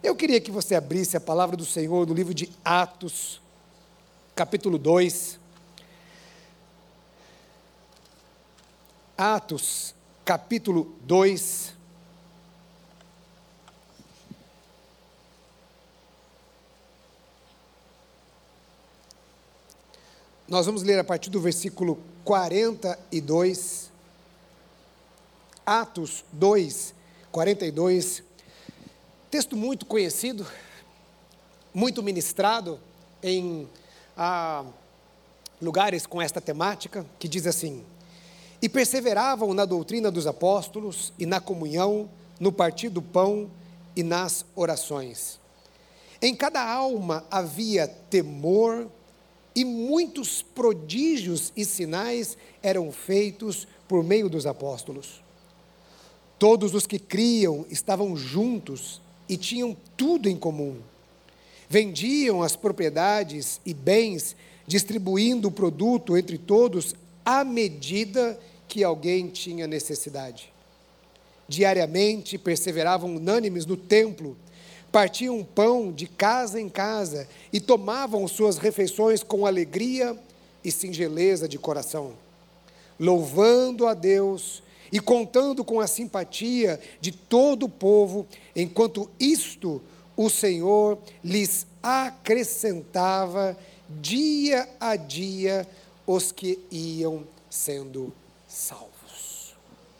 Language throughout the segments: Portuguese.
Eu queria que você abrisse a palavra do Senhor no livro de Atos, capítulo 2. Atos, capítulo 2. Nós vamos ler a partir do versículo 42. Atos 2, 42. Texto muito conhecido, muito ministrado em lugares com esta temática, que diz assim: e perseveravam na doutrina dos apóstolos, e na comunhão, no partir do pão e nas orações. Em cada alma havia temor, e muitos prodígios e sinais eram feitos por meio dos apóstolos. Todos os que criam estavam juntos e tinham tudo em comum. Vendiam as propriedades e bens, distribuindo o produto entre todos à medida que alguém tinha necessidade. Diariamente perseveravam unânimes no templo, partiam pão de casa em casa e tomavam suas refeições com alegria e singeleza de coração, louvando a Deus e contando com a simpatia de todo o povo, enquanto isto o Senhor lhes acrescentava dia a dia os que iam sendo salvos.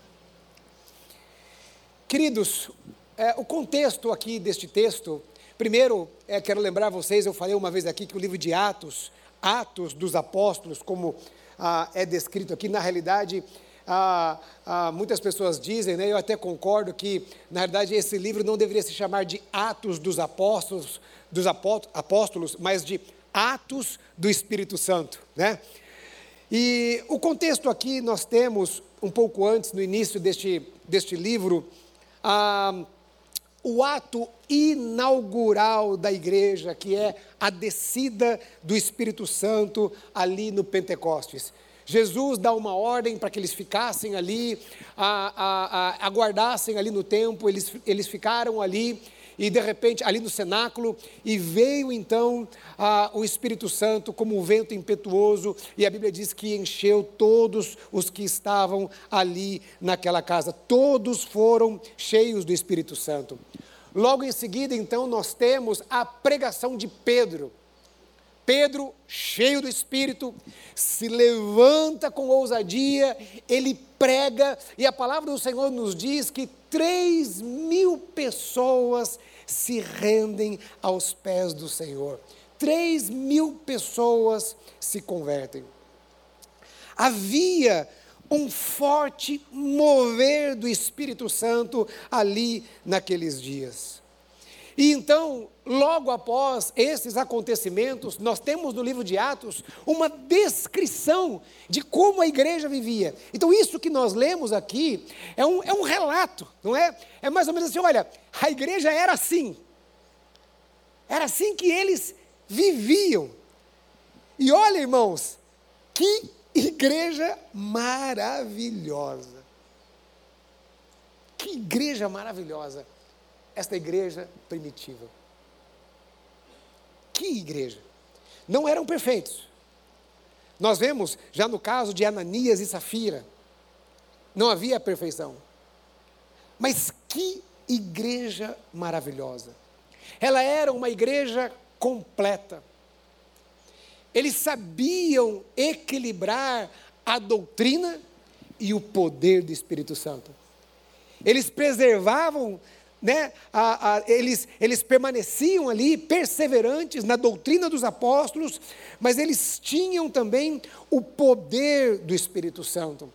Queridos, o contexto aqui deste texto, primeiro, quero lembrar vocês, eu falei uma vez aqui que o livro de Atos dos apóstolos, como é descrito aqui, na realidade, muitas pessoas dizem, né, eu até concordo que, na verdade, esse livro não deveria se chamar de Atos dos Apóstolos, mas de Atos do Espírito Santo, né? E o contexto aqui nós temos, um pouco antes, no início deste livro, o ato inaugural da igreja, que é a descida do Espírito Santo ali no Pentecostes. Jesus dá uma ordem para que eles ficassem ali, aguardassem ali no templo, eles ficaram ali, e de repente, ali no cenáculo, e veio então o Espírito Santo como um vento impetuoso, e a Bíblia diz que encheu todos os que estavam ali naquela casa, todos foram cheios do Espírito Santo. Logo em seguida, então, nós temos a pregação de Pedro. Pedro, cheio do Espírito, se levanta com ousadia, ele prega, e a palavra do Senhor nos diz que 3.000 pessoas se rendem aos pés do Senhor. 3.000 pessoas se convertem. Havia um forte mover do Espírito Santo ali naqueles dias. E então, logo após esses acontecimentos, nós temos no livro de Atos uma descrição de como a igreja vivia. Então, isso que nós lemos aqui é um relato, não é? É mais ou menos assim, olha, a igreja era assim que eles viviam. E olha, irmãos, que igreja maravilhosa. Que igreja maravilhosa. Esta igreja primitiva. Que igreja? Não eram perfeitos. Nós vemos, já no caso de Ananias e Safira, não havia perfeição. Mas que igreja maravilhosa. Ela era uma igreja completa. Eles sabiam equilibrar a doutrina e o poder do Espírito Santo. Eles preservavam, né, eles permaneciam ali perseverantes na doutrina dos apóstolos, mas eles tinham também o poder do Espírito Santo.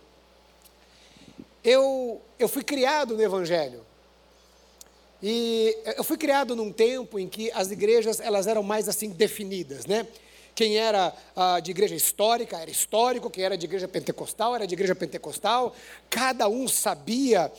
Eu fui criado no Evangelho, e eu fui criado num tempo em que as igrejas elas eram mais assim definidas, né? Quem era de igreja histórica era histórico, quem era de igreja pentecostal era de igreja pentecostal, cada um sabia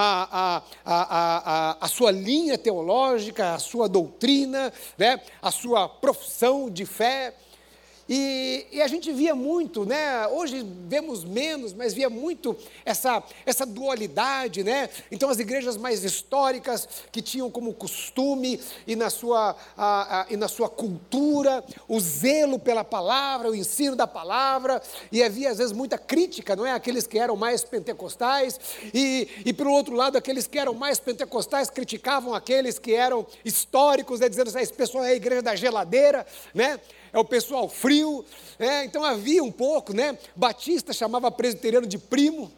a sua linha teológica, a sua doutrina, né? A sua profissão de fé. E a gente via muito, né? Hoje vemos menos, mas via muito essa dualidade, né? Então as igrejas mais históricas que tinham como costume e na sua cultura o zelo pela palavra, o ensino da palavra, e havia às vezes muita crítica, não é? Aqueles que eram mais pentecostais, e pelo outro lado, aqueles que eram mais pentecostais criticavam aqueles que eram históricos, né? Dizendo assim, esse pessoal é a igreja da geladeira, né? É o pessoal frio, né? Então havia um pouco, né? Batista chamava presbiteriano de primo.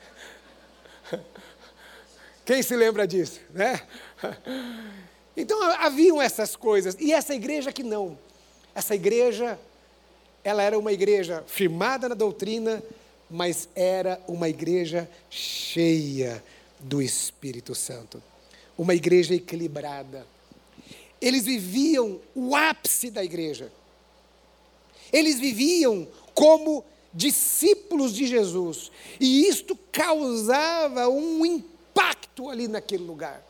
Quem se lembra disso, né? Então haviam essas coisas, e essa igreja que não. Essa igreja, ela era uma igreja firmada na doutrina, mas era uma igreja cheia do Espírito Santo. Uma igreja equilibrada. Eles viviam o ápice da igreja. Eles viviam como discípulos de Jesus, e isto causava um impacto ali naquele lugar.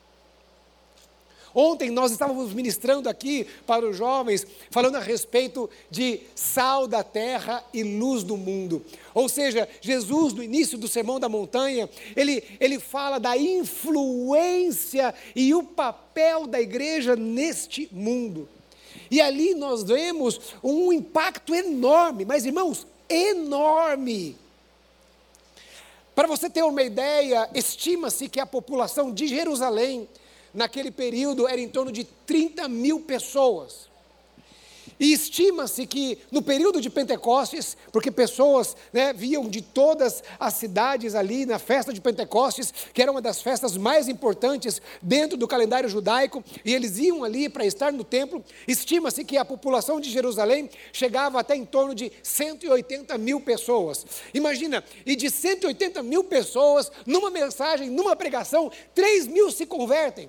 Ontem nós estávamos ministrando aqui para os jovens, falando a respeito de sal da terra e luz do mundo. Ou seja, Jesus, no início do Sermão da Montanha, ele fala da influência e o papel da igreja neste mundo. E ali nós vemos um impacto enorme, mas irmãos, enorme. Para você ter uma ideia, estima-se que a população de Jerusalém, naquele período, era em torno de 30 mil pessoas. E estima-se que no período de Pentecostes, porque pessoas, né, vinham de todas as cidades ali na festa de Pentecostes, que era uma das festas mais importantes dentro do calendário judaico, e eles iam ali para estar no templo. Estima-se que a população de Jerusalém chegava até em torno de 180 mil pessoas. Imagina, e de 180 mil pessoas, numa mensagem, numa pregação, 3 mil se convertem.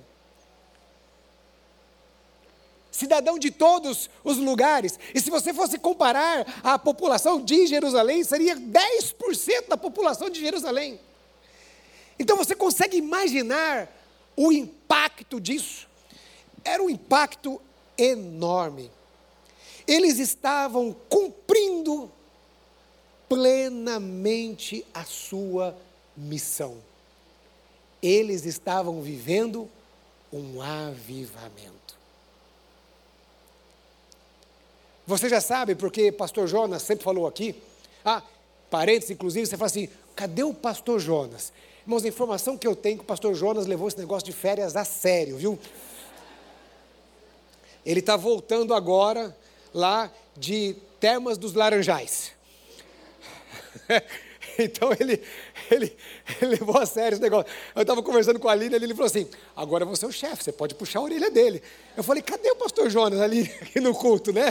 Cidadão de todos os lugares. E se você fosse comparar a população de Jerusalém, seria 10% da população de Jerusalém. Então você consegue imaginar o impacto disso? Era um impacto enorme. Eles estavam cumprindo plenamente a sua missão. Eles estavam vivendo um avivamento. Você já sabe, porque pastor Jonas sempre falou aqui, parênteses, inclusive, você fala assim, cadê o pastor Jonas? Irmãos, a informação que eu tenho que o pastor Jonas levou esse negócio de férias a sério, viu? Ele está voltando agora, lá de Termas dos Laranjais. Então ele levou a sério esse negócio. Eu estava conversando com a Aline, ele falou assim, agora você é o chefe, você pode puxar a orelha dele. Eu falei, cadê o pastor Jonas ali aqui no culto, né?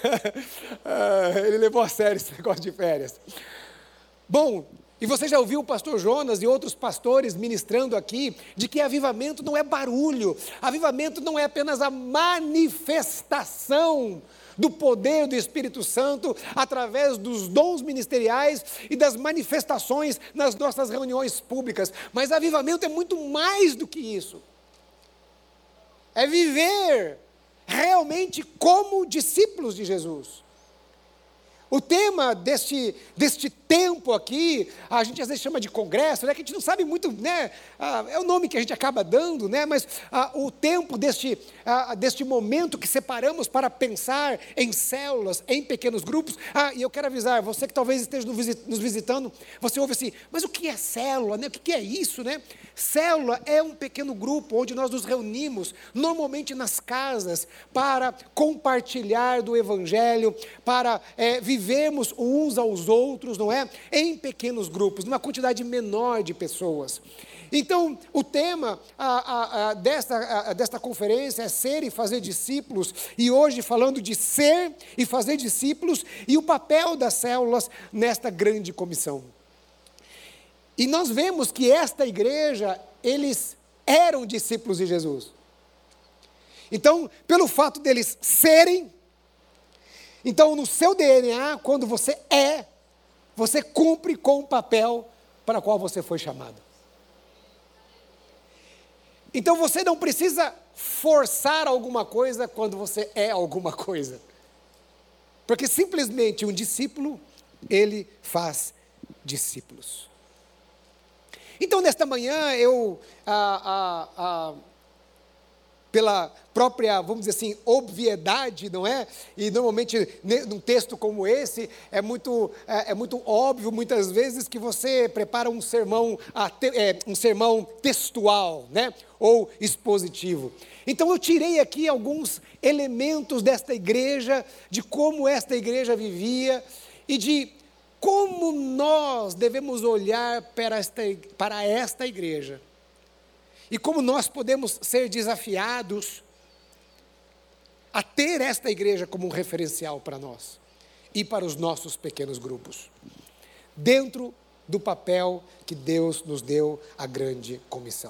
Ele levou a sério esse negócio de férias. Bom, e você já ouviu o pastor Jonas e outros pastores ministrando aqui, de que avivamento não é barulho, avivamento não é apenas a manifestação do poder do Espírito Santo, através dos dons ministeriais e das manifestações nas nossas reuniões públicas. Mas avivamento é muito mais do que isso. É viver realmente como discípulos de Jesus. O tema deste tempo aqui, a gente às vezes chama de congresso, né, que a gente não sabe muito, né, é o nome que a gente acaba dando, né, mas o tempo deste momento que separamos para pensar em células, em pequenos grupos. E eu quero avisar, você que talvez esteja nos visitando, você ouve assim, mas o que é célula, né, o que é isso, né? Célula é um pequeno grupo onde nós nos reunimos, normalmente nas casas, para compartilhar do Evangelho, para vivemos uns aos outros, não é? Em pequenos grupos, numa quantidade menor de pessoas. Então, o tema desta conferência é ser e fazer discípulos, e hoje falando de ser e fazer discípulos, e o papel das células nesta grande comissão. E nós vemos que esta igreja, eles eram discípulos de Jesus. Então, pelo fato deles serem, então no seu DNA, quando você você cumpre com o papel para o qual você foi chamado. Então você não precisa forçar alguma coisa quando você é alguma coisa. Porque simplesmente um discípulo, ele faz discípulos. Então, nesta manhã, pela própria, vamos dizer assim, obviedade, não é? E normalmente, num texto como esse, é muito óbvio, muitas vezes, que você prepara um sermão textual, né? Ou expositivo. Então, eu tirei aqui alguns elementos desta igreja, de como esta igreja vivia, e de como nós devemos olhar para esta igreja. E como nós podemos ser desafiados a ter esta igreja como um referencial para nós e para os nossos pequenos grupos, dentro do papel que Deus nos deu a grande comissão.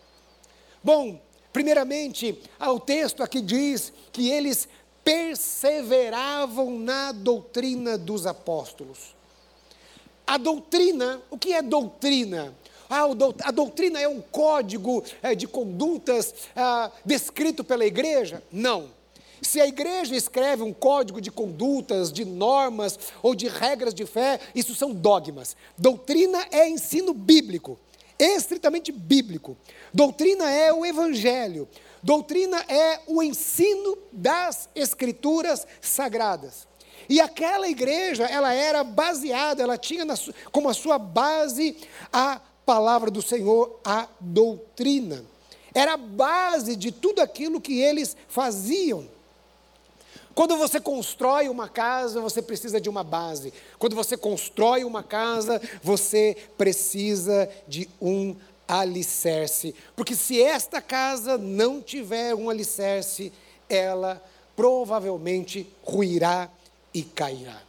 Bom, primeiramente, o texto aqui diz que eles perseveravam na doutrina dos apóstolos. A doutrina, o que é doutrina? A doutrina é um código de condutas descrito pela igreja? Não. Se a igreja escreve um código de condutas, de normas ou de regras de fé, isso são dogmas. Doutrina é ensino bíblico, estritamente bíblico. Doutrina é o evangelho. Doutrina é o ensino das escrituras sagradas. E aquela igreja, ela era baseada, ela tinha como a sua base a palavra do Senhor, a doutrina. Era a base de tudo aquilo que eles faziam. Quando você constrói uma casa, você precisa de uma base. Quando você constrói uma casa, você precisa de um alicerce. Porque se esta casa não tiver um alicerce, ela provavelmente ruirá e cairá.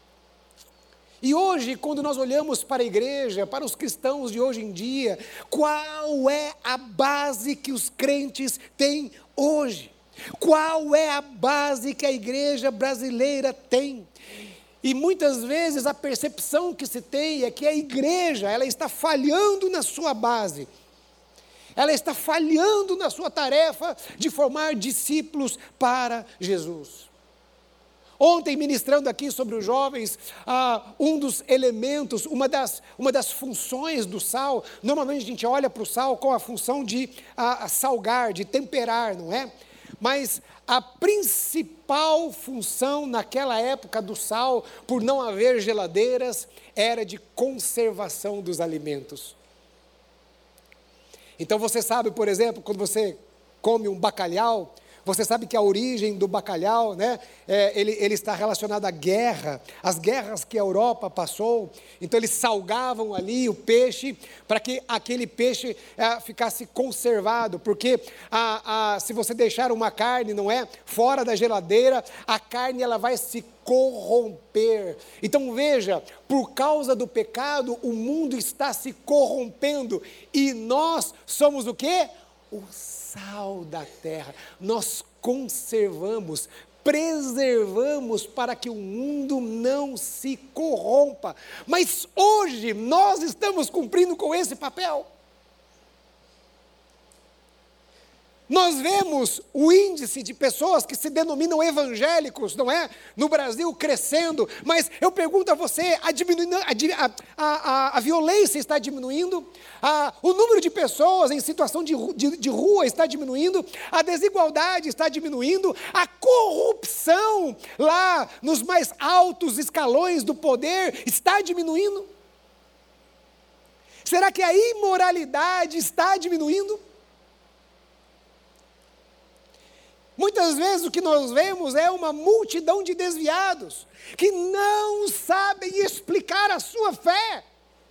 E hoje, quando nós olhamos para a igreja, para os cristãos de hoje em dia, qual é a base que os crentes têm hoje? Qual é a base que a igreja brasileira tem? E muitas vezes a percepção que se tem é que a igreja, ela está falhando na sua base. Ela está falhando na sua tarefa de formar discípulos para Jesus. Ontem, ministrando aqui sobre os jovens, um dos elementos, uma das funções do sal, normalmente a gente olha para o sal com a função de salgar, de temperar, não é? Mas a principal função naquela época do sal, por não haver geladeiras, era de conservação dos alimentos. Então você sabe, por exemplo, quando você come um bacalhau, você sabe que a origem do bacalhau, né, ele está relacionado à guerra, às guerras que a Europa passou. Então eles salgavam ali o peixe para que aquele peixe ficasse conservado, porque se você deixar uma carne, não é, fora da geladeira, a carne ela vai se corromper. Então veja, por causa do pecado, o mundo está se corrompendo e nós somos o quê? O sal da terra. Nós conservamos, preservamos para que o mundo não se corrompa. Mas hoje nós estamos cumprindo com esse papel. Nós vemos o índice de pessoas que se denominam evangélicos, não é? No Brasil crescendo, mas eu pergunto a você, a violência está diminuindo? O número de pessoas em situação de rua está diminuindo? A desigualdade está diminuindo? A corrupção lá nos mais altos escalões do poder está diminuindo? Será que a imoralidade está diminuindo? Muitas vezes o que nós vemos é uma multidão de desviados, que não sabem explicar a sua fé.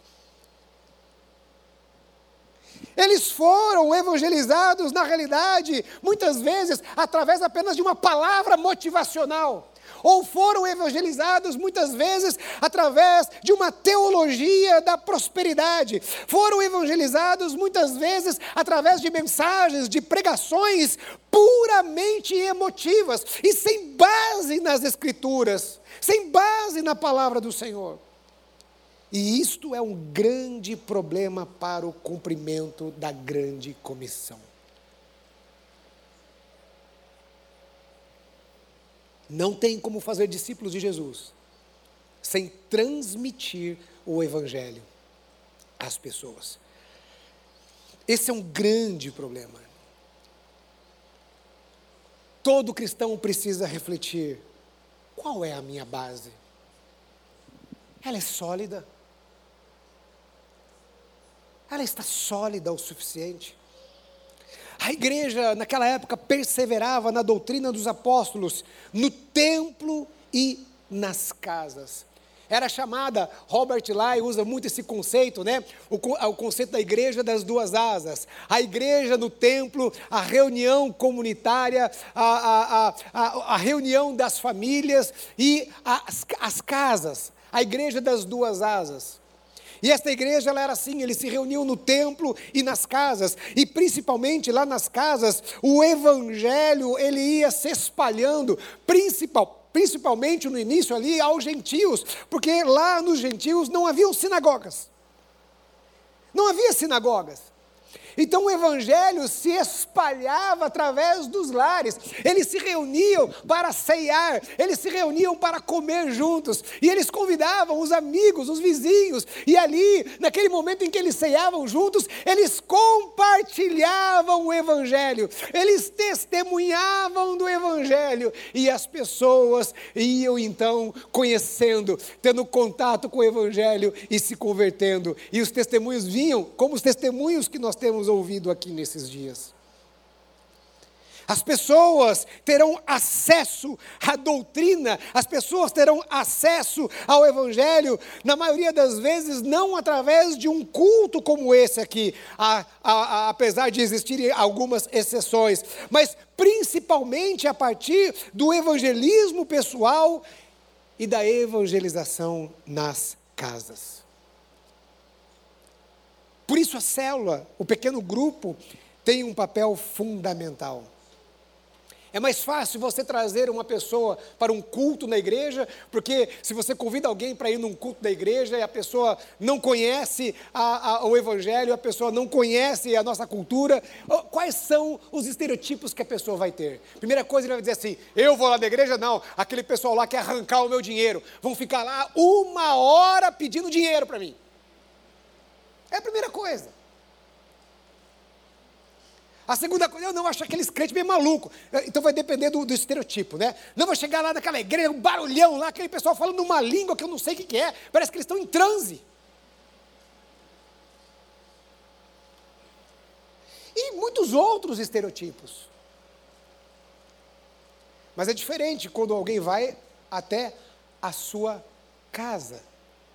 Eles foram evangelizados, na realidade, muitas vezes, através apenas de uma palavra motivacional. Ou foram evangelizados muitas vezes através de uma teologia da prosperidade. Foram evangelizados muitas vezes através de mensagens, de pregações puramente emotivas e sem base nas Escrituras, sem base na palavra do Senhor. E isto é um grande problema para o cumprimento da grande comissão. Não tem como fazer discípulos de Jesus sem transmitir o Evangelho às pessoas. Esse é um grande problema. Todo cristão precisa refletir: qual é a minha base? Ela é sólida? Ela está sólida o suficiente? A igreja naquela época perseverava na doutrina dos apóstolos, no templo e nas casas. Era chamada, Robert Lai usa muito esse conceito, né? O conceito da igreja das duas asas. A igreja no templo, a reunião comunitária, a reunião das famílias e as casas. A igreja das duas asas. E esta igreja, ela era assim, eles se reuniam no templo e nas casas, e principalmente lá nas casas, o evangelho, ele ia se espalhando, principalmente no início ali, aos gentios, porque lá nos gentios não haviam sinagogas, não havia sinagogas. Então o evangelho se espalhava através dos lares, eles se reuniam para ceiar, eles se reuniam para comer juntos, e eles convidavam os amigos, os vizinhos, e ali, naquele momento em que eles ceiavam juntos, eles compartilhavam o evangelho, eles testemunhavam do evangelho, e as pessoas iam então conhecendo, tendo contato com o evangelho e se convertendo, e os testemunhos vinham como os testemunhos que nós temos ouvido aqui nesses dias. As pessoas terão acesso à doutrina, as pessoas terão acesso ao evangelho, na maioria das vezes não através de um culto como esse aqui, apesar de existirem algumas exceções, mas principalmente a partir do evangelismo pessoal e da evangelização nas casas. Por isso a célula, o pequeno grupo, tem um papel fundamental. É mais fácil você trazer uma pessoa para um culto na igreja, porque se você convida alguém para ir num culto da igreja e a pessoa não conhece o evangelho, a pessoa não conhece a nossa cultura, quais são os estereotipos que a pessoa vai ter? Primeira coisa, ele vai dizer assim: eu vou lá na igreja? Não, aquele pessoal lá quer arrancar o meu dinheiro, vão ficar lá 1 hora pedindo dinheiro para mim. É a primeira coisa. A segunda coisa, eu não acho aqueles crentes bem malucos. Então vai depender do estereotipo, né? Não vai chegar lá naquela igreja, um barulhão lá, aquele pessoal falando uma língua que eu não sei o que é. Parece que eles estão em transe. E muitos outros estereotipos. Mas é diferente quando alguém vai até a sua casa.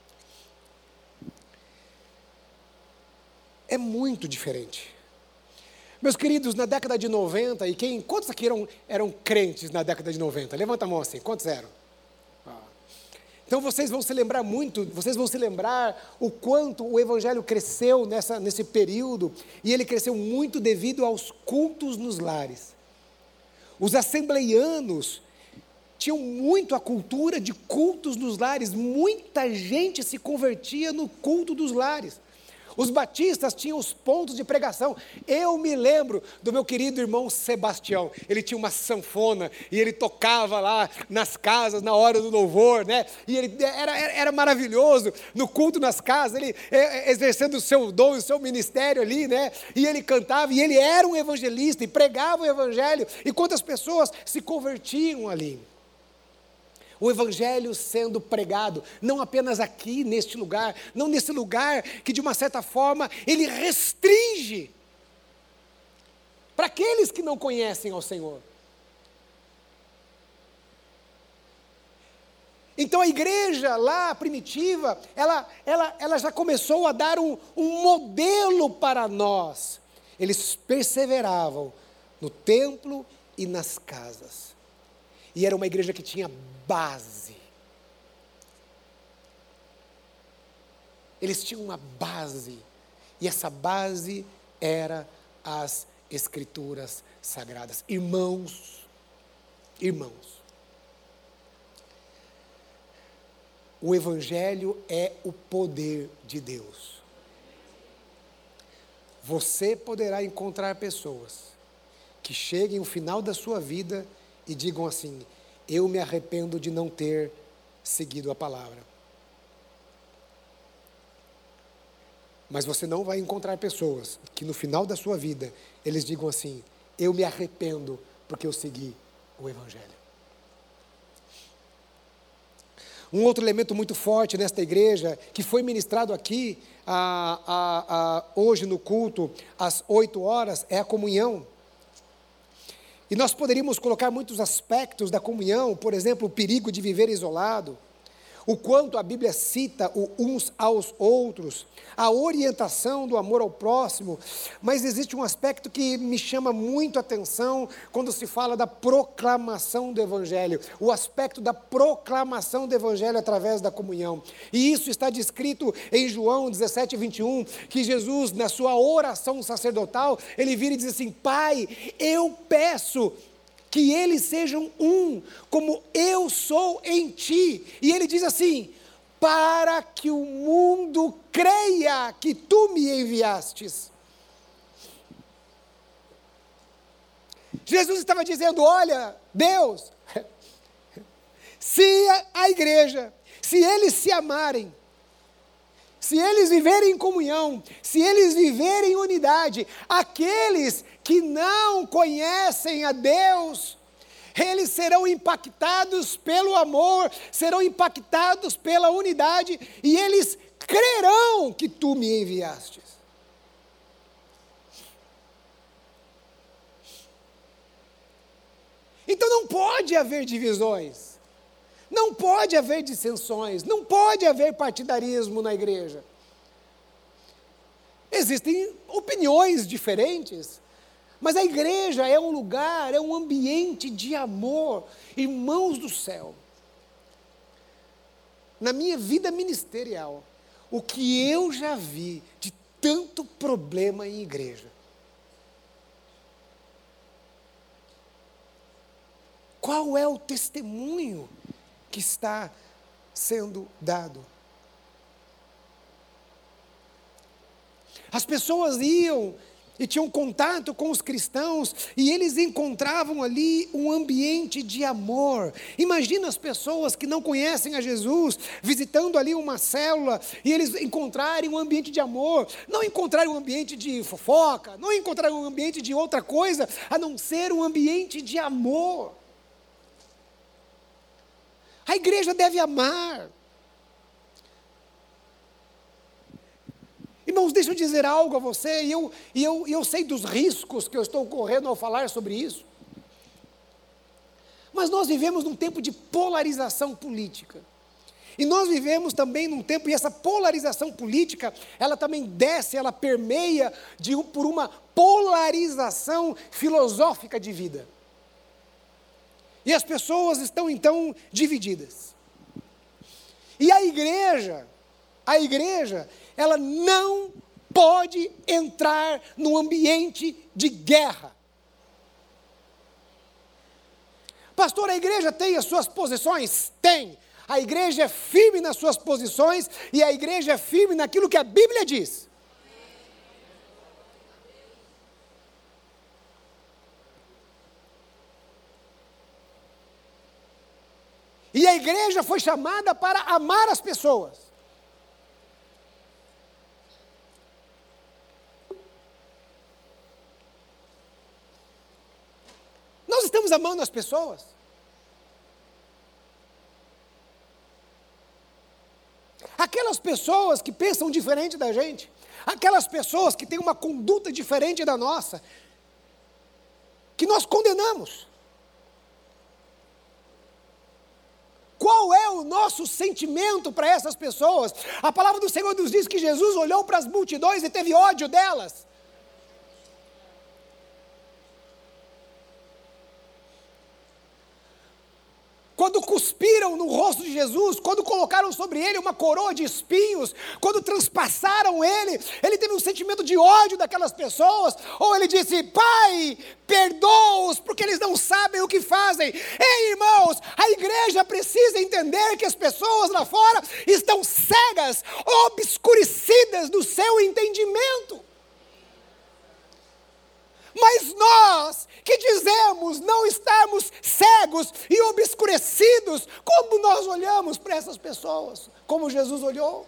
É muito diferente. Meus queridos, na década de 90, quantos aqui eram crentes na década de 90? Levanta a mão assim, quantos eram? Então vocês vão se lembrar o quanto o evangelho cresceu nesse período, e ele cresceu muito devido aos cultos nos lares. Os assembleianos tinham muito a cultura de cultos nos lares, muita gente se convertia no culto dos lares. Os batistas tinham os pontos de pregação. Eu me lembro do meu querido irmão Sebastião. Ele tinha uma sanfona e ele tocava lá nas casas na hora do louvor, né? E ele era maravilhoso no culto nas casas, ele exercendo o seu dom, o seu ministério ali, né? E ele cantava, e ele era um evangelista e pregava o evangelho, e quantas pessoas se convertiam ali. O evangelho sendo pregado, não apenas aqui neste lugar, não nesse lugar que de uma certa forma ele restringe para aqueles que não conhecem ao Senhor. Então a igreja lá primitiva, ela já começou a dar um modelo para nós. Eles perseveravam no templo e nas casas. E era uma igreja que tinha base. Eles tinham uma base. E essa base era as Escrituras Sagradas. Irmãos, o Evangelho é o poder de Deus. Você poderá encontrar pessoas que cheguem ao final da sua vida e digam assim: eu me arrependo de não ter seguido a palavra. Mas você não vai encontrar pessoas que no final da sua vida, eles digam assim, eu me arrependo porque eu segui o Evangelho. Um outro elemento muito forte nesta igreja, que foi ministrado aqui hoje no culto, às 8 horas, é a comunhão. E nós poderíamos colocar muitos aspectos da comunhão, por exemplo, o perigo de viver isolado, o quanto a Bíblia cita uns aos outros, a orientação do amor ao próximo, mas existe um aspecto que me chama muito a atenção quando se fala da proclamação do Evangelho, o aspecto da proclamação do Evangelho através da comunhão. E isso está descrito em João 17, 21, que Jesus, na sua oração sacerdotal, ele vira e diz assim, Pai, eu peço que eles sejam um, como eu sou em ti. E ele diz assim, para que o mundo creia que tu me enviastes. Jesus estava dizendo, olha, Deus, se a igreja, se eles se amarem, se eles viverem em comunhão, se eles viverem em unidade, aqueles que não conhecem a Deus, eles serão impactados pelo amor, serão impactados pela unidade, e eles crerão que tu me enviastes. Então não pode haver divisões. Não pode haver dissensões, não pode haver partidarismo na igreja. Existem opiniões diferentes, mas a igreja é um lugar, é um ambiente de amor. Irmãos do céu, na minha vida ministerial, o que eu já vi de tanto problema em igreja. Qual é o testemunho que está sendo dado? As pessoas iam e tinham contato com os cristãos, e eles encontravam ali um ambiente de amor. Imagina as pessoas que não conhecem a Jesus, visitando ali uma célula, e eles encontrarem um ambiente de amor, não encontrarem um ambiente de fofoca, não encontrarem um ambiente de outra coisa, a não ser um ambiente de amor. A igreja deve amar. Irmãos, deixa eu dizer algo a você, e eu sei dos riscos que eu estou correndo ao falar sobre isso. Mas nós vivemos num tempo de polarização política. E nós vivemos também num tempo, e essa polarização política, ela também desce, ela permeia por uma polarização filosófica de vida. E as pessoas estão então divididas. E a igreja, ela não pode entrar num ambiente de guerra. Pastor, a igreja tem as suas posições? Tem. A igreja é firme nas suas posições e a igreja é firme naquilo que a Bíblia diz. E a igreja foi chamada para amar as pessoas. Nós estamos amando as pessoas. Aquelas pessoas que pensam diferente da gente, aquelas pessoas que têm uma conduta diferente da nossa, que nós condenamos. Qual é o nosso sentimento para essas pessoas? A palavra do Senhor nos diz que Jesus olhou para as multidões e teve ódio delas. Quando cuspiram no rosto de Jesus, quando colocaram sobre ele uma coroa de espinhos, quando transpassaram ele, ele teve um sentimento de ódio daquelas pessoas, ou ele disse, Pai, perdoa-os, porque eles não sabem o que fazem. Ei, irmãos, a igreja precisa entender que as pessoas lá fora estão cegas, obscurecidas do seu entendimento. Mas nós que dizemos não estarmos cegos, cegos e obscurecidos. Como nós olhamos para essas pessoas? Como Jesus olhou?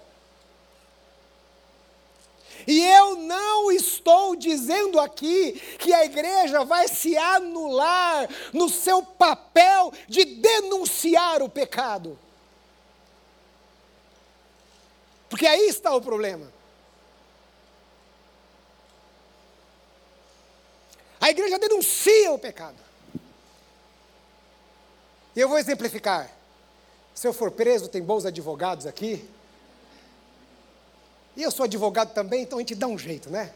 E eu não estou dizendo aqui que a igreja vai se anular no seu papel de denunciar o pecado. Porque aí está o problema. A igreja denuncia o pecado. E eu vou exemplificar. Se eu for preso, tem bons advogados aqui. E eu sou advogado também, então a gente dá um jeito, né?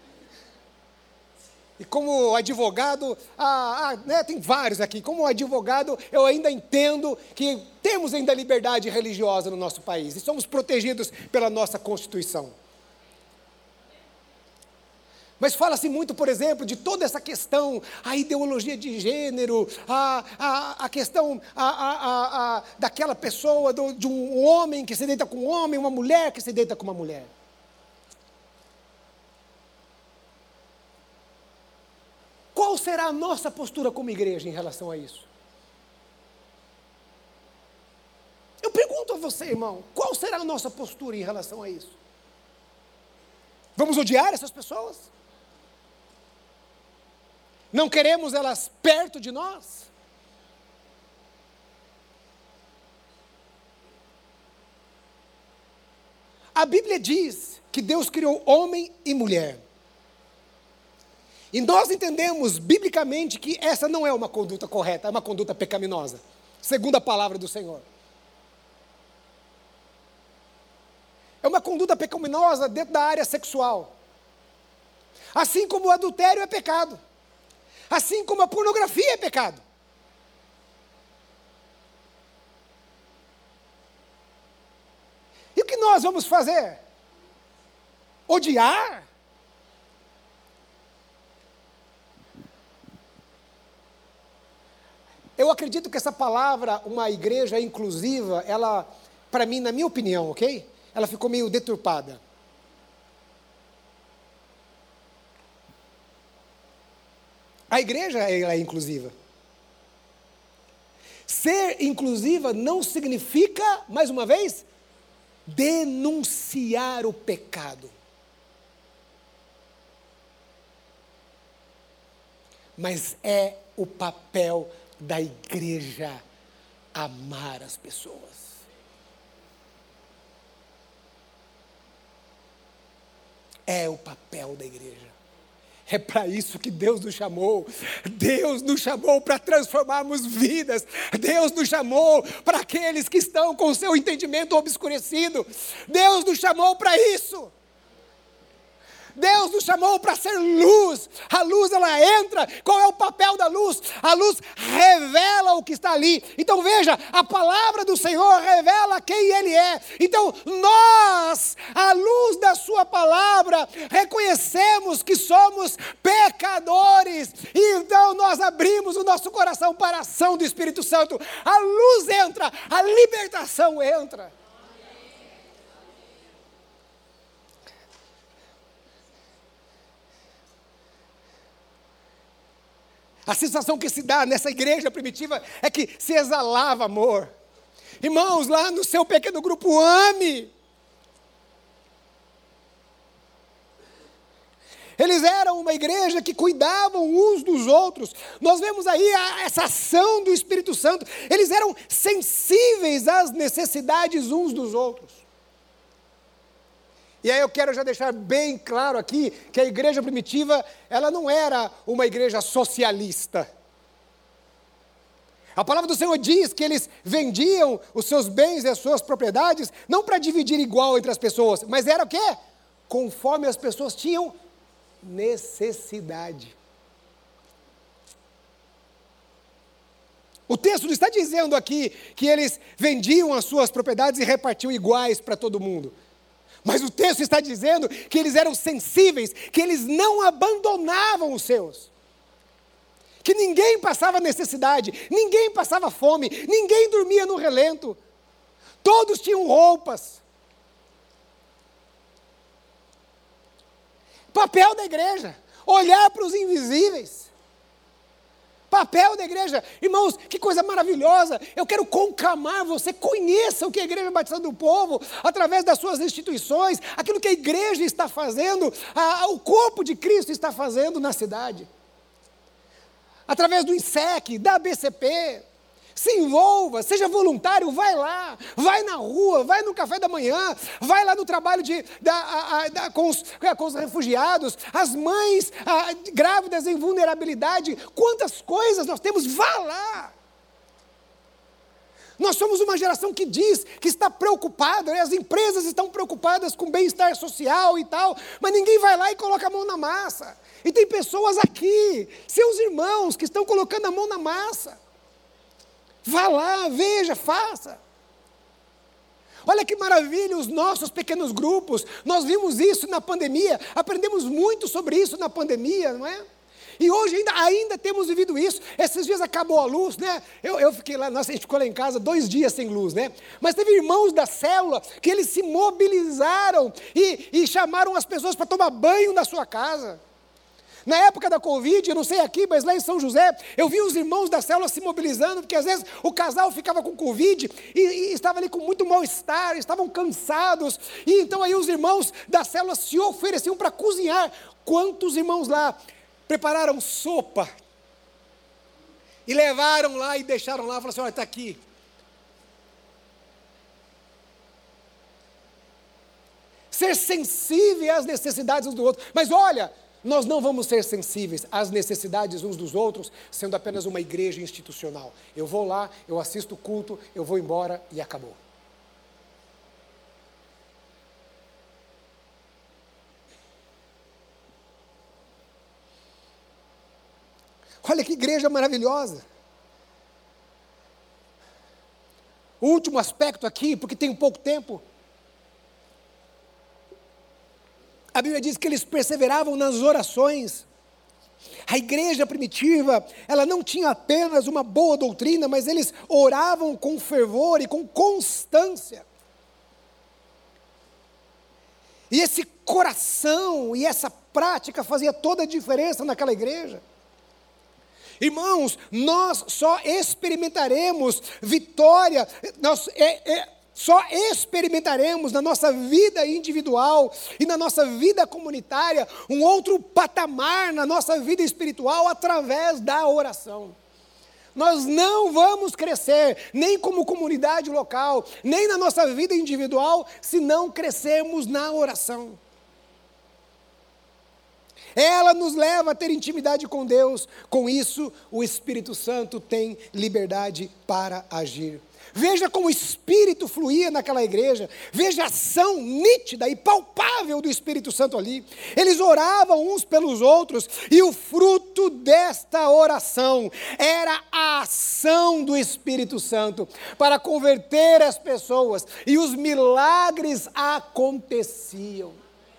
E como advogado, né, tem vários aqui. Como advogado, eu ainda entendo que temos ainda liberdade religiosa no nosso país. E somos protegidos pela nossa Constituição. Mas fala-se muito, por exemplo, de toda essa questão, a ideologia de gênero, a questão daquela pessoa, de um homem que se deita com um homem, uma mulher que se deita com uma mulher. Qual será a nossa postura como igreja em relação a isso? Eu pergunto a você, irmão, qual será a nossa postura em relação a isso? Vamos odiar essas pessoas? Não queremos elas perto de nós? A Bíblia diz que Deus criou homem e mulher. E nós entendemos biblicamente que essa não é uma conduta correta, é uma conduta pecaminosa, segundo a palavra do Senhor. É uma conduta pecaminosa dentro da área sexual. Assim como o adultério é pecado. Assim como a pornografia é pecado. E o que nós vamos fazer? Odiar? Eu acredito que essa palavra, uma igreja inclusiva, ela, para mim, na minha opinião, ok? Ela ficou meio deturpada. A igreja ela é inclusiva. Ser inclusiva não significa, mais uma vez, denunciar o pecado. Mas é o papel da igreja amar as pessoas. É o papel da igreja. É para isso que Deus nos chamou. Deus nos chamou para transformarmos vidas. Deus nos chamou para aqueles que estão com o seu entendimento obscurecido. Deus nos chamou para isso. Deus nos chamou para ser luz. A luz, ela entra. Qual é o papel da luz? A luz revela o que está ali. Então veja, a palavra do Senhor revela quem Ele é. Então nós, à luz da sua palavra, reconhecemos que somos pecadores. E então nós abrimos o nosso coração para a ação do Espírito Santo. A luz entra, a libertação entra. A sensação que se dá nessa igreja primitiva é que se exalava amor. Irmãos, lá no seu pequeno grupo, ame. Eles eram uma igreja que cuidavam uns dos outros. Nós vemos aí essa ação do Espírito Santo. Eles eram sensíveis às necessidades uns dos outros. E aí eu quero já deixar bem claro aqui que a igreja primitiva, ela não era uma igreja socialista. A palavra do Senhor diz que eles vendiam os seus bens e as suas propriedades, não para dividir igual entre as pessoas, mas era o quê? Conforme as pessoas tinham necessidade. O texto não está dizendo aqui que eles vendiam as suas propriedades e repartiam iguais para todo mundo. Mas o texto está dizendo que eles eram sensíveis, que eles não abandonavam os seus. Que ninguém passava necessidade, ninguém passava fome, ninguém dormia no relento. Todos tinham roupas. Papel da igreja, olhar para os invisíveis. Papel da igreja, irmãos, que coisa maravilhosa. Eu quero conclamar você, conheça o que a Igreja Batista do Povo, através das suas instituições, aquilo que a igreja está fazendo, o corpo de Cristo está fazendo na cidade. Através do INSEC, da BCP, se envolva, seja voluntário, vai lá, vai na rua, vai no café da manhã, vai lá no trabalho com os refugiados, as mães grávidas em vulnerabilidade, quantas coisas nós temos, vá lá. Nós somos uma geração que diz que está preocupada, as empresas estão preocupadas com bem-estar social e tal, mas ninguém vai lá e coloca a mão na massa. E tem pessoas aqui, seus irmãos, que estão colocando a mão na massa. Vá lá, veja, faça. Olha que maravilha os nossos pequenos grupos. Nós vimos isso na pandemia, aprendemos muito sobre isso na pandemia, não é? E hoje ainda temos vivido isso. Esses dias acabou a luz, né? Eu fiquei lá, a gente ficou lá em casa 2 dias sem luz, né? Mas teve irmãos da célula que eles se mobilizaram e chamaram as pessoas para tomar banho na sua casa. Na época da Covid, eu não sei aqui, mas lá em São José, eu vi os irmãos da célula se mobilizando, porque às vezes o casal ficava com Covid e estava ali com muito mal-estar, estavam cansados, e então aí os irmãos da célula se ofereciam para cozinhar. Quantos irmãos lá prepararam sopa e levaram lá e deixaram lá, falaram assim, olha, está aqui. Ser sensível às necessidades uns do outro, mas olha, nós não vamos ser sensíveis às necessidades uns dos outros, sendo apenas uma igreja institucional. Eu vou lá, eu assisto o culto, eu vou embora e acabou. Olha que igreja maravilhosa. O último aspecto aqui, porque tem pouco tempo. A Bíblia diz que eles perseveravam nas orações. A igreja primitiva, ela não tinha apenas uma boa doutrina, mas eles oravam com fervor e com constância. E esse coração e essa prática fazia toda a diferença naquela igreja. Irmãos, nós só experimentaremos vitória, só experimentaremos na nossa vida individual e na nossa vida comunitária um outro patamar na nossa vida espiritual através da oração. Nós não vamos crescer, nem como comunidade local, nem na nossa vida individual, se não crescermos na oração. Ela nos leva a ter intimidade com Deus. Com isso, o Espírito Santo tem liberdade para agir. Veja como o Espírito fluía naquela igreja. Veja a ação nítida e palpável do Espírito Santo ali. Eles oravam uns pelos outros. E o fruto desta oração era a ação do Espírito Santo para converter as pessoas. E os milagres aconteciam.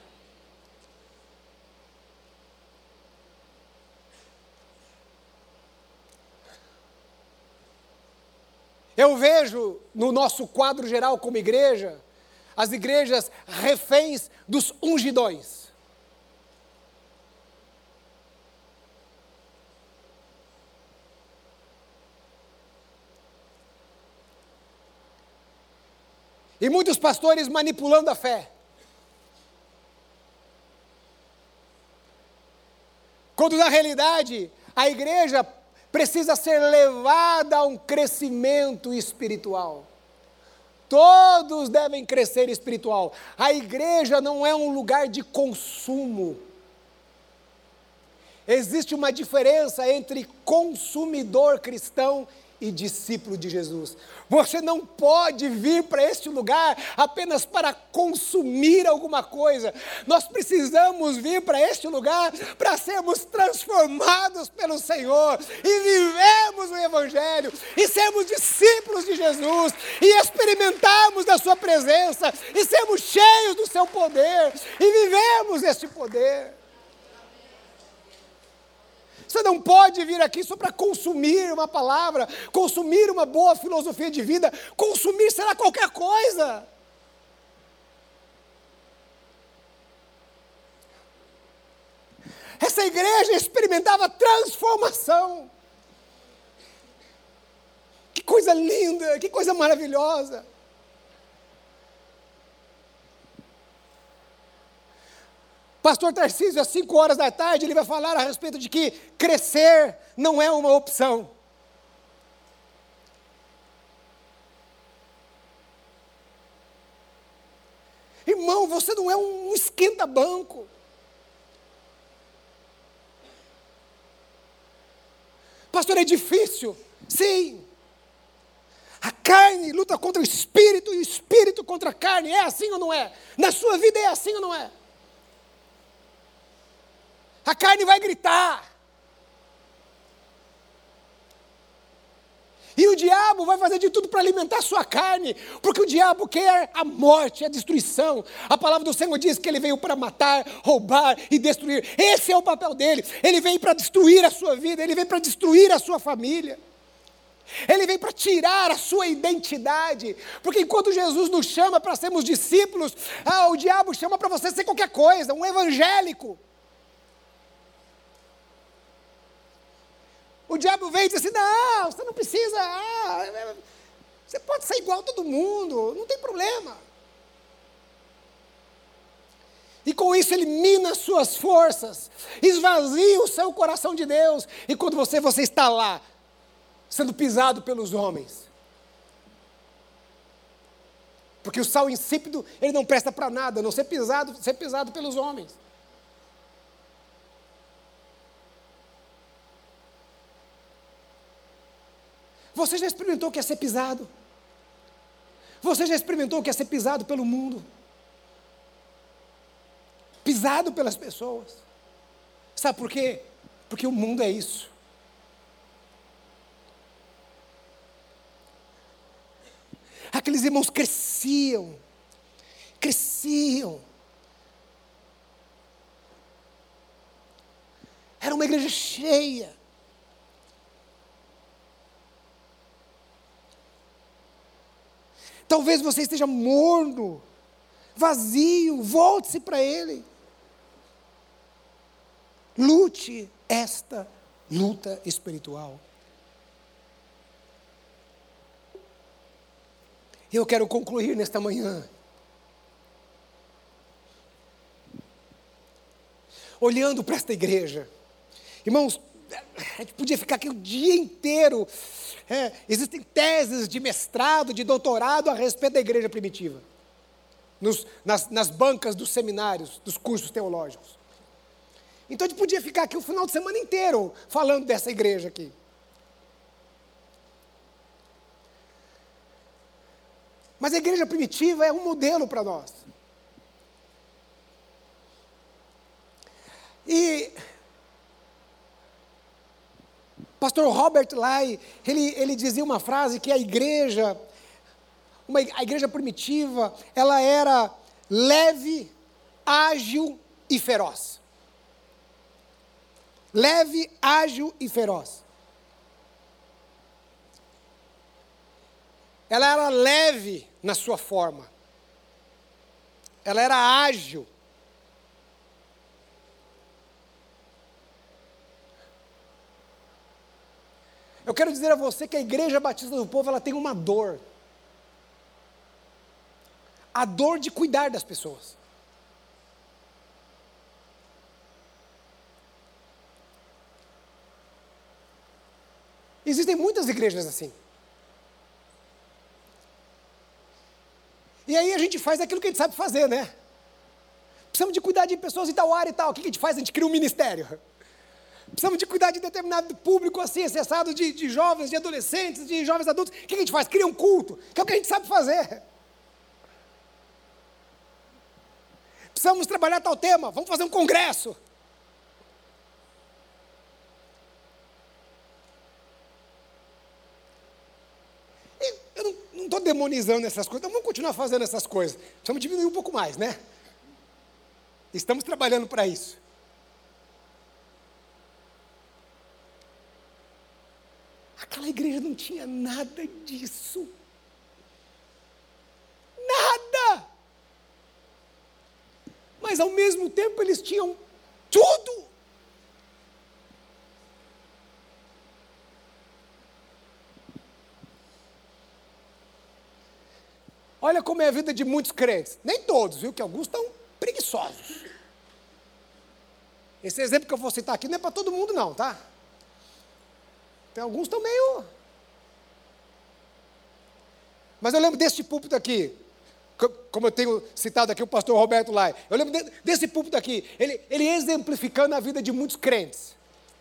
Eu vejo no nosso quadro geral como igreja, as igrejas reféns dos ungidões. E muitos pastores manipulando a fé. Quando na realidade a igreja precisa ser levada a um crescimento espiritual. Todos devem crescer espiritual. A igreja não é um lugar de consumo. Existe uma diferença entre consumidor cristão e discípulo de Jesus. Você não pode vir para este lugar apenas para consumir alguma coisa. Nós precisamos vir para este lugar para sermos transformados pelo Senhor e vivemos o Evangelho e sermos discípulos de Jesus e experimentarmos da sua presença e sermos cheios do seu poder e vivemos este poder. Você não pode vir aqui só para consumir uma palavra, consumir uma boa filosofia de vida, consumir será qualquer coisa. Essa igreja experimentava transformação. coisa linda, que coisa maravilhosa. Pastor Tarcísio, às 5 horas da tarde, ele vai falar a respeito de que crescer não é uma opção. Irmão, você não é um esquenta-banco. Pastor, é difícil. Sim. A carne luta contra o espírito e o espírito contra a carne. É assim ou não é? Na sua vida é assim ou não é? A carne vai gritar. E o diabo vai fazer de tudo para alimentar a sua carne, porque o diabo quer a morte, a destruição. A palavra do Senhor diz que ele veio para matar, roubar e destruir. Esse é o papel dele. Ele veio para destruir a sua vida, ele veio para destruir a sua família. Ele vem para tirar a sua identidade, porque enquanto Jesus nos chama para sermos discípulos, o diabo chama para você ser qualquer coisa, um evangélico. O diabo vem e diz assim, não, você não precisa, você pode ser igual a todo mundo, não tem problema. E com isso ele mina as suas forças, esvazia o seu coração de Deus, e quando você está lá, sendo pisado pelos homens. Porque o sal insípido, ele não presta para nada, a não ser pisado pelos homens. Você já experimentou o que é ser pisado? Você já experimentou o que é ser pisado pelo mundo? Pisado pelas pessoas? Sabe por quê? Porque o mundo é isso. Aqueles irmãos cresciam. Era uma igreja cheia. Talvez você esteja morno, vazio, volte-se para Ele. Lute esta luta espiritual. Eu quero concluir nesta manhã, olhando para esta igreja. Irmãos, a gente podia ficar aqui o dia inteiro. Existem teses de mestrado, de doutorado a respeito da igreja primitiva. Nas bancas dos seminários, dos cursos teológicos. Então a gente podia ficar aqui o final de semana inteiro falando dessa igreja aqui. Mas a igreja primitiva é um modelo para nós. E pastor Robert Lai, ele dizia uma frase que a igreja primitiva, ela era leve, ágil e feroz. Leve, ágil e feroz. Ela era leve na sua forma. Ela era ágil. Eu quero dizer a você que a Igreja Batista do Povo, ela tem uma dor. A dor de cuidar das pessoas. Existem muitas igrejas assim. E aí a gente faz aquilo que a gente sabe fazer, né? Precisamos de cuidar de pessoas em tal área e tal. O que a gente faz? A gente cria um ministério. Precisamos de cuidar de determinado público assim, acessado de jovens, de adolescentes, de jovens adultos. O que a gente faz? Cria um culto, que é o que a gente sabe fazer. Precisamos trabalhar tal tema, vamos fazer um congresso. Eu não estou demonizando essas coisas, então vamos continuar fazendo essas coisas. Precisamos diminuir um pouco mais, né? Estamos trabalhando para isso. Aquela igreja não tinha nada disso. Nada! Mas ao mesmo tempo eles tinham tudo. Olha como é a vida de muitos crentes. Nem todos, viu? Que alguns estão preguiçosos. Esse exemplo que eu vou citar aqui não é para todo mundo não, tá? Tem alguns que estão meio... Mas eu lembro deste púlpito aqui, como eu tenho citado aqui o pastor Roberto Lai, eu lembro desse púlpito aqui, ele exemplificando a vida de muitos crentes.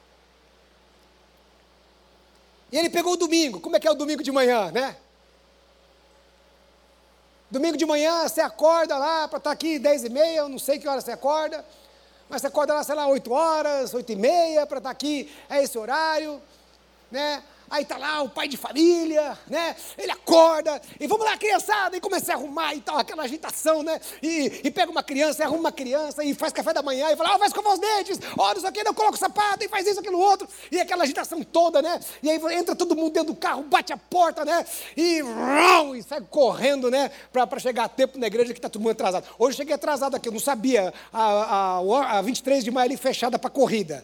E ele pegou o domingo, como é que é o domingo de manhã, né? Domingo de manhã, você acorda lá, para estar aqui 10h30, eu não sei que hora você acorda, mas você acorda lá, sei lá, 8 horas, 8h30, para estar aqui, é esse horário, né? Aí está lá o pai de família, né? Ele acorda, e vamos lá, criançada, e começa a arrumar e tal, aquela agitação, né? E pega uma criança, e arruma uma criança, e faz café da manhã, e fala, vai escovar os dentes, não sei o que, não coloca o sapato, e faz isso, aquilo, outro, e aquela agitação toda, né? E aí entra todo mundo dentro do carro, bate a porta, né? E sai correndo, né? Para chegar a tempo na igreja que está todo mundo atrasado. Hoje eu cheguei atrasado aqui, eu não sabia, a 23 de maio ali fechada para corrida.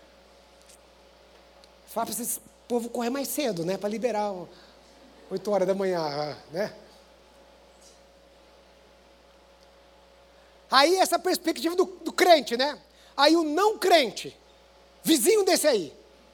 Fala para vocês... O povo correr mais cedo, né? Para liberar 8 horas da manhã, né? Aí essa perspectiva do crente, né? Aí o não crente, vizinho desse aí.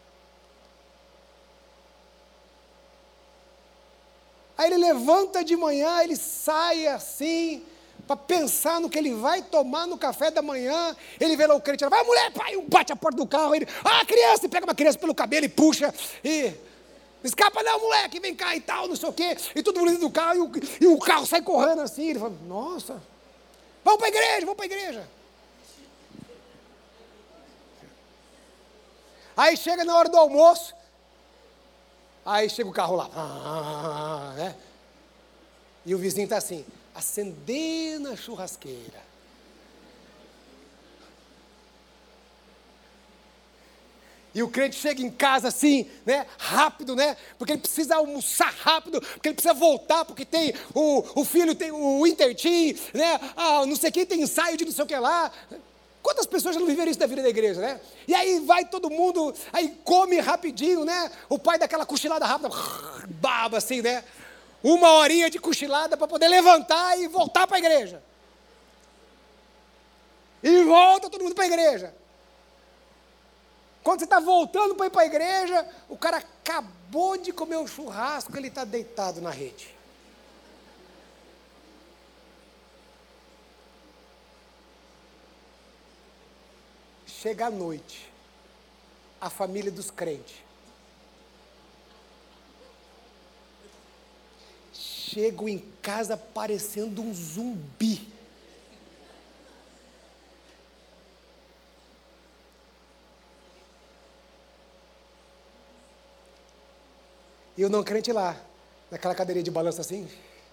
Aí ele levanta de manhã, ele sai assim, para pensar no que ele vai tomar no café da manhã, ele vê lá o crente, vai mulher, pai, bate a porta do carro, ele, criança, e pega uma criança pelo cabelo e puxa, e escapa não, moleque, vem cá e tal, não sei o quê, e todo mundo dentro do carro, e o carro sai correndo assim, ele fala, nossa, vamos para a igreja. Aí chega na hora do almoço, aí chega o carro lá, né? E o vizinho está assim, acendendo a churrasqueira. E o crente chega em casa assim, né, rápido, né, porque ele precisa almoçar rápido, porque ele precisa voltar, porque tem o filho, tem o intertim, né, não sei quem tem ensaio de não sei o que lá. Quantas pessoas já não viveram isso da vida da igreja, né? E aí vai todo mundo, aí come rapidinho, né, o pai dá aquela cochilada rápida, baba assim, né, 1 horinha de cochilada para poder levantar e voltar para a igreja. E volta todo mundo para a igreja. Quando você está voltando para ir para a igreja, o cara acabou de comer o churrasco, ele está deitado na rede. Chega a noite, a família dos crentes. Chego em casa parecendo um zumbi. E o não crente lá, naquela cadeirinha de balanço assim.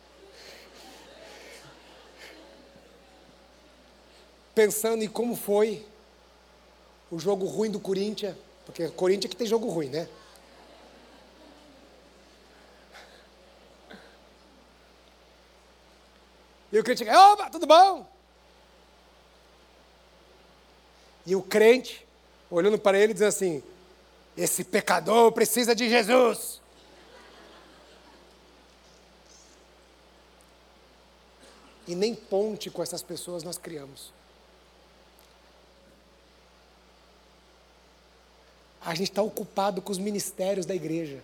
Pensando em como foi o jogo ruim do Corinthians, porque o Corinthians que tem jogo ruim, né? E o crente chega, opa, tudo bom? E o crente, olhando para ele, diz assim, esse pecador precisa de Jesus. E nem ponte com essas pessoas nós criamos. A gente está ocupado com os ministérios da igreja.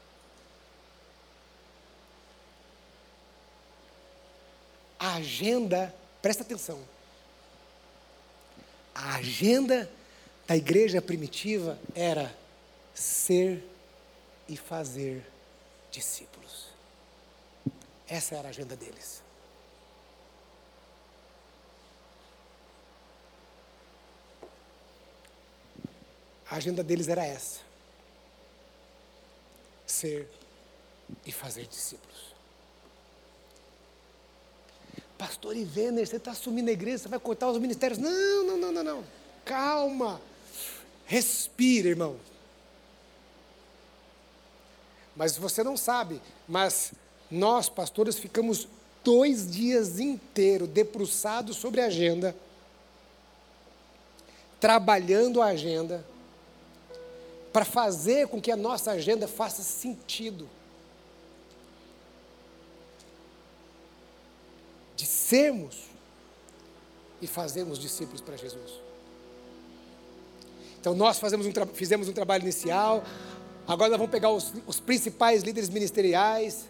A agenda, presta atenção, a agenda da igreja primitiva era ser e fazer discípulos. Essa era a agenda deles. A agenda deles era essa: ser e fazer discípulos. Pastor Ivener, você está assumindo a igreja, você vai cortar os ministérios. Não. Calma. Respira, irmão. Mas você não sabe, mas nós, pastores, ficamos 2 dias inteiros debruçados sobre a agenda, trabalhando a agenda, para fazer com que a nossa agenda faça sentido. de sermos e fazermos discípulos para Jesus. Então nós fizemos um trabalho inicial, agora nós vamos pegar os principais líderes ministeriais.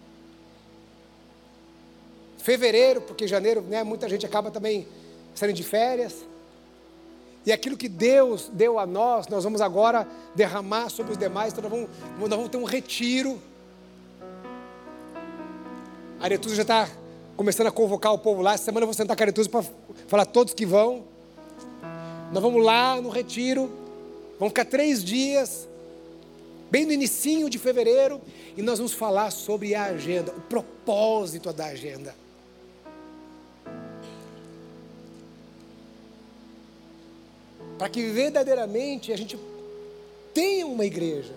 Fevereiro, porque janeiro, né, muita gente acaba também saindo de férias. E aquilo que Deus deu a nós vamos agora derramar sobre os demais. Então nós vamos ter um retiro. A Aretusa já está começando a convocar o povo lá. Essa semana eu vou sentar com a Aretusa para falar todos que vão. Nós vamos lá no retiro. Vamos ficar 3 dias, bem no inicinho de fevereiro. E nós vamos falar sobre a agenda, o propósito da agenda. Para que verdadeiramente a gente tenha uma igreja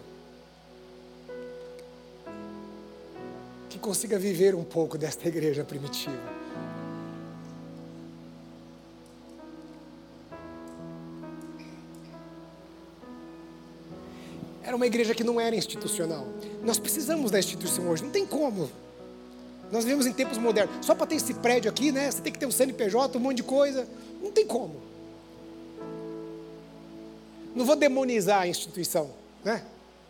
que consiga viver um pouco desta igreja primitiva. Era uma igreja que não era institucional. Nós precisamos da instituição hoje, não tem como. Nós vivemos em tempos modernos. Só para ter esse prédio aqui, né? Você tem que ter um CNPJ, um monte de coisa. Não tem como. Não vou demonizar a instituição, né?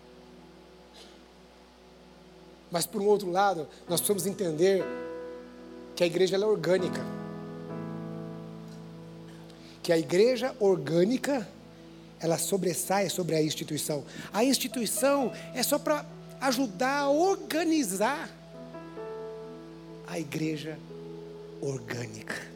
Mas por um outro lado, nós precisamos entender que a igreja ela é orgânica. Que a igreja orgânica, ela sobressai sobre a instituição. A instituição é só para ajudar a organizar a igreja orgânica.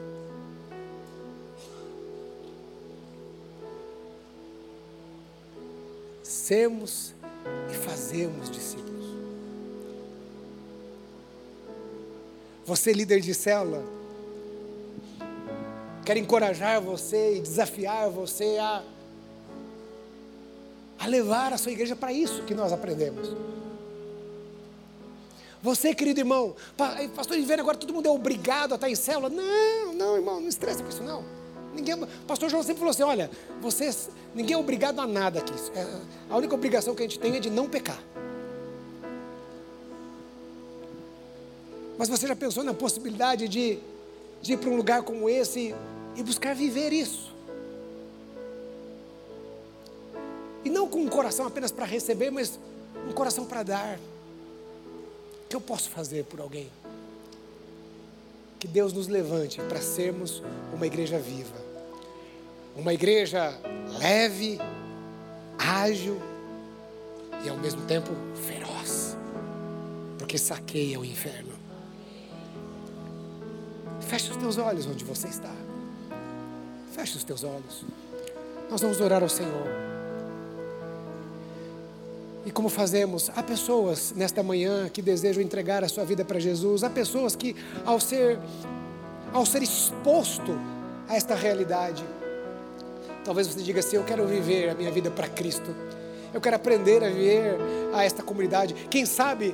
Sermos e fazermos discípulos. Você, líder de célula, quero encorajar você e desafiar você a levar a sua igreja para isso que nós aprendemos. Você, querido irmão, pastor Ivênio, agora todo mundo é obrigado a estar em célula. Não, irmão, não estressa com isso não. Pastor João sempre falou assim, olha, ninguém é obrigado a nada aqui. A única obrigação que a gente tem é de não pecar. Mas você já pensou na possibilidade de ir para um lugar como esse e buscar viver isso? E não com um coração apenas para receber, mas um coração para dar. O que eu posso fazer por alguém? Que Deus nos levante para sermos uma igreja viva. Uma igreja leve, ágil e ao mesmo tempo feroz. Porque saqueia o inferno. Feche os teus olhos onde você está. Feche os teus olhos. Nós vamos orar ao Senhor. E como fazemos? Há pessoas nesta manhã que desejam entregar a sua vida para Jesus. Há pessoas que ao ser exposto a esta realidade, talvez você diga assim, eu quero viver a minha vida para Cristo. Eu quero aprender a viver a esta comunidade. Quem sabe,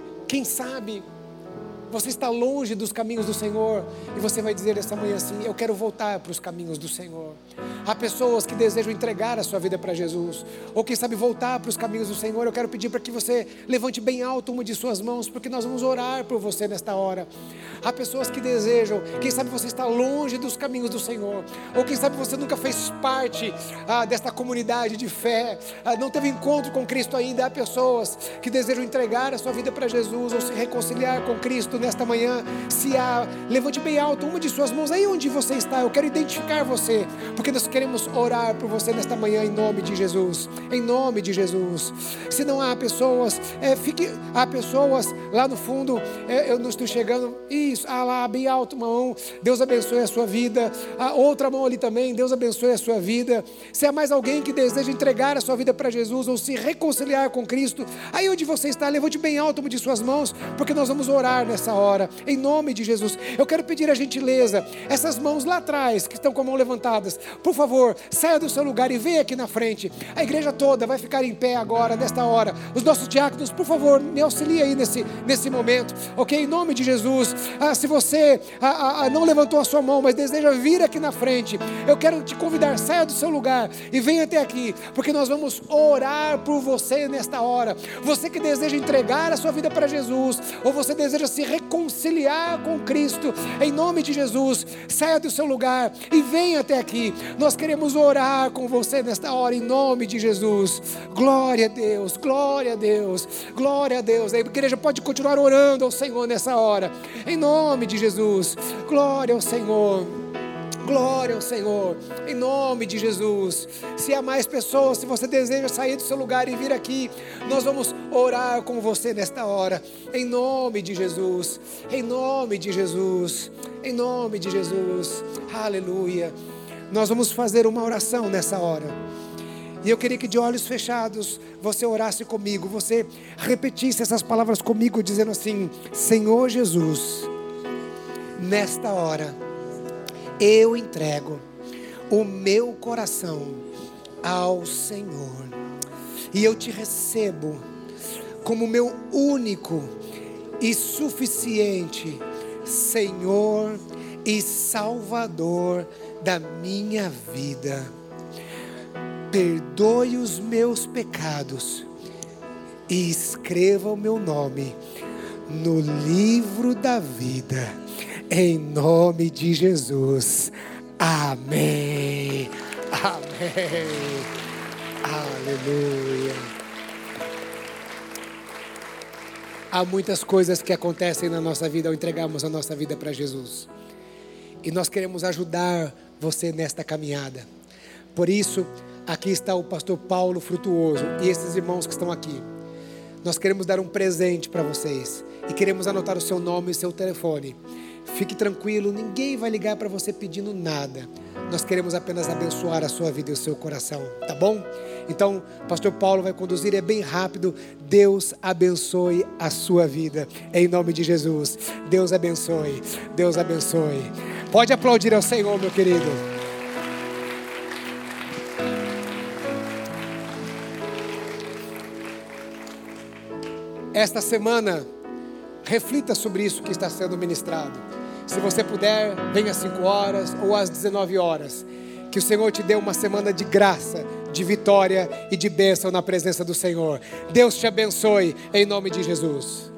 você está longe dos caminhos do Senhor e você vai dizer esta manhã assim, eu quero voltar para os caminhos do Senhor. Há pessoas que desejam entregar a sua vida para Jesus, ou quem sabe voltar para os caminhos do Senhor. Eu quero pedir para que você levante bem alto uma de suas mãos, porque nós vamos orar por você nesta hora. Há pessoas que desejam, quem sabe você está longe dos caminhos do Senhor, ou quem sabe você nunca fez parte desta comunidade de fé, não teve encontro com Cristo ainda. Há pessoas que desejam entregar a sua vida para Jesus, ou se reconciliar com Cristo nesta manhã. Levante bem alto uma de suas mãos, aí onde você está. Eu quero identificar você, porque nós queremos orar por você nesta manhã em nome de Jesus. Em nome de Jesus. Se não há pessoas, há pessoas lá no fundo, eu não estou chegando. Isso, lá, bem alto uma mão. Deus abençoe a sua vida. A outra mão ali também. Deus abençoe a sua vida. Se há mais alguém que deseja entregar a sua vida para Jesus ou se reconciliar com Cristo, aí onde você está, levante bem alto uma de suas mãos, porque nós vamos orar nessa hora. Em nome de Jesus. Eu quero pedir a gentileza, essas mãos lá atrás que estão com a mão levantadas, por favor, saia do seu lugar e venha aqui na frente. A igreja toda vai ficar em pé agora, nesta hora. Os nossos diáconos, por favor, me auxiliem aí nesse momento, ok? Em nome de Jesus. Se você não levantou a sua mão, mas deseja vir aqui na frente, eu quero te convidar, saia do seu lugar e venha até aqui, porque nós vamos orar por você nesta hora. Você que deseja entregar a sua vida para Jesus, ou você deseja se reconciliar com Cristo, em nome de Jesus, saia do seu lugar e venha até aqui. Nós queremos orar com você nesta hora, em nome de Jesus. Glória a Deus, glória a Deus, glória a Deus. A igreja pode continuar orando ao Senhor nessa hora, em nome de Jesus. Glória ao Senhor. Glória ao Senhor, em nome de Jesus. Se há mais pessoas, se você deseja sair do seu lugar e vir aqui, nós vamos orar com você nesta hora, em nome de Jesus, em nome de Jesus, em nome de Jesus, aleluia. Nós vamos fazer uma oração nessa hora, e eu queria que de olhos fechados, você orasse comigo, você repetisse essas palavras comigo, dizendo assim: Senhor Jesus, nesta hora, eu entrego o meu coração ao Senhor, e eu te recebo como meu único e suficiente Senhor e Salvador da minha vida. Perdoe os meus pecados e escreva o meu nome no livro da vida. Em nome de Jesus, amém, amém, aleluia. Há muitas coisas que acontecem na nossa vida ao entregarmos a nossa vida para Jesus, e nós queremos ajudar você nesta caminhada. Por isso, aqui está o pastor Paulo Frutuoso e esses irmãos que estão aqui. Nós queremos dar um presente para vocês e queremos anotar o seu nome e seu telefone. Fique tranquilo, ninguém vai ligar para você pedindo nada. Nós queremos apenas abençoar a sua vida e o seu coração, tá bom? Então, o pastor Paulo vai conduzir, é bem rápido. Deus abençoe a sua vida, em nome de Jesus. Deus abençoe, Deus abençoe. Pode aplaudir ao Senhor, meu querido. Esta semana, reflita sobre isso que está sendo ministrado. Se você puder, venha às 5 horas ou às 19 horas. Que o Senhor te dê uma semana de graça, de vitória e de bênção na presença do Senhor. Deus te abençoe, em nome de Jesus.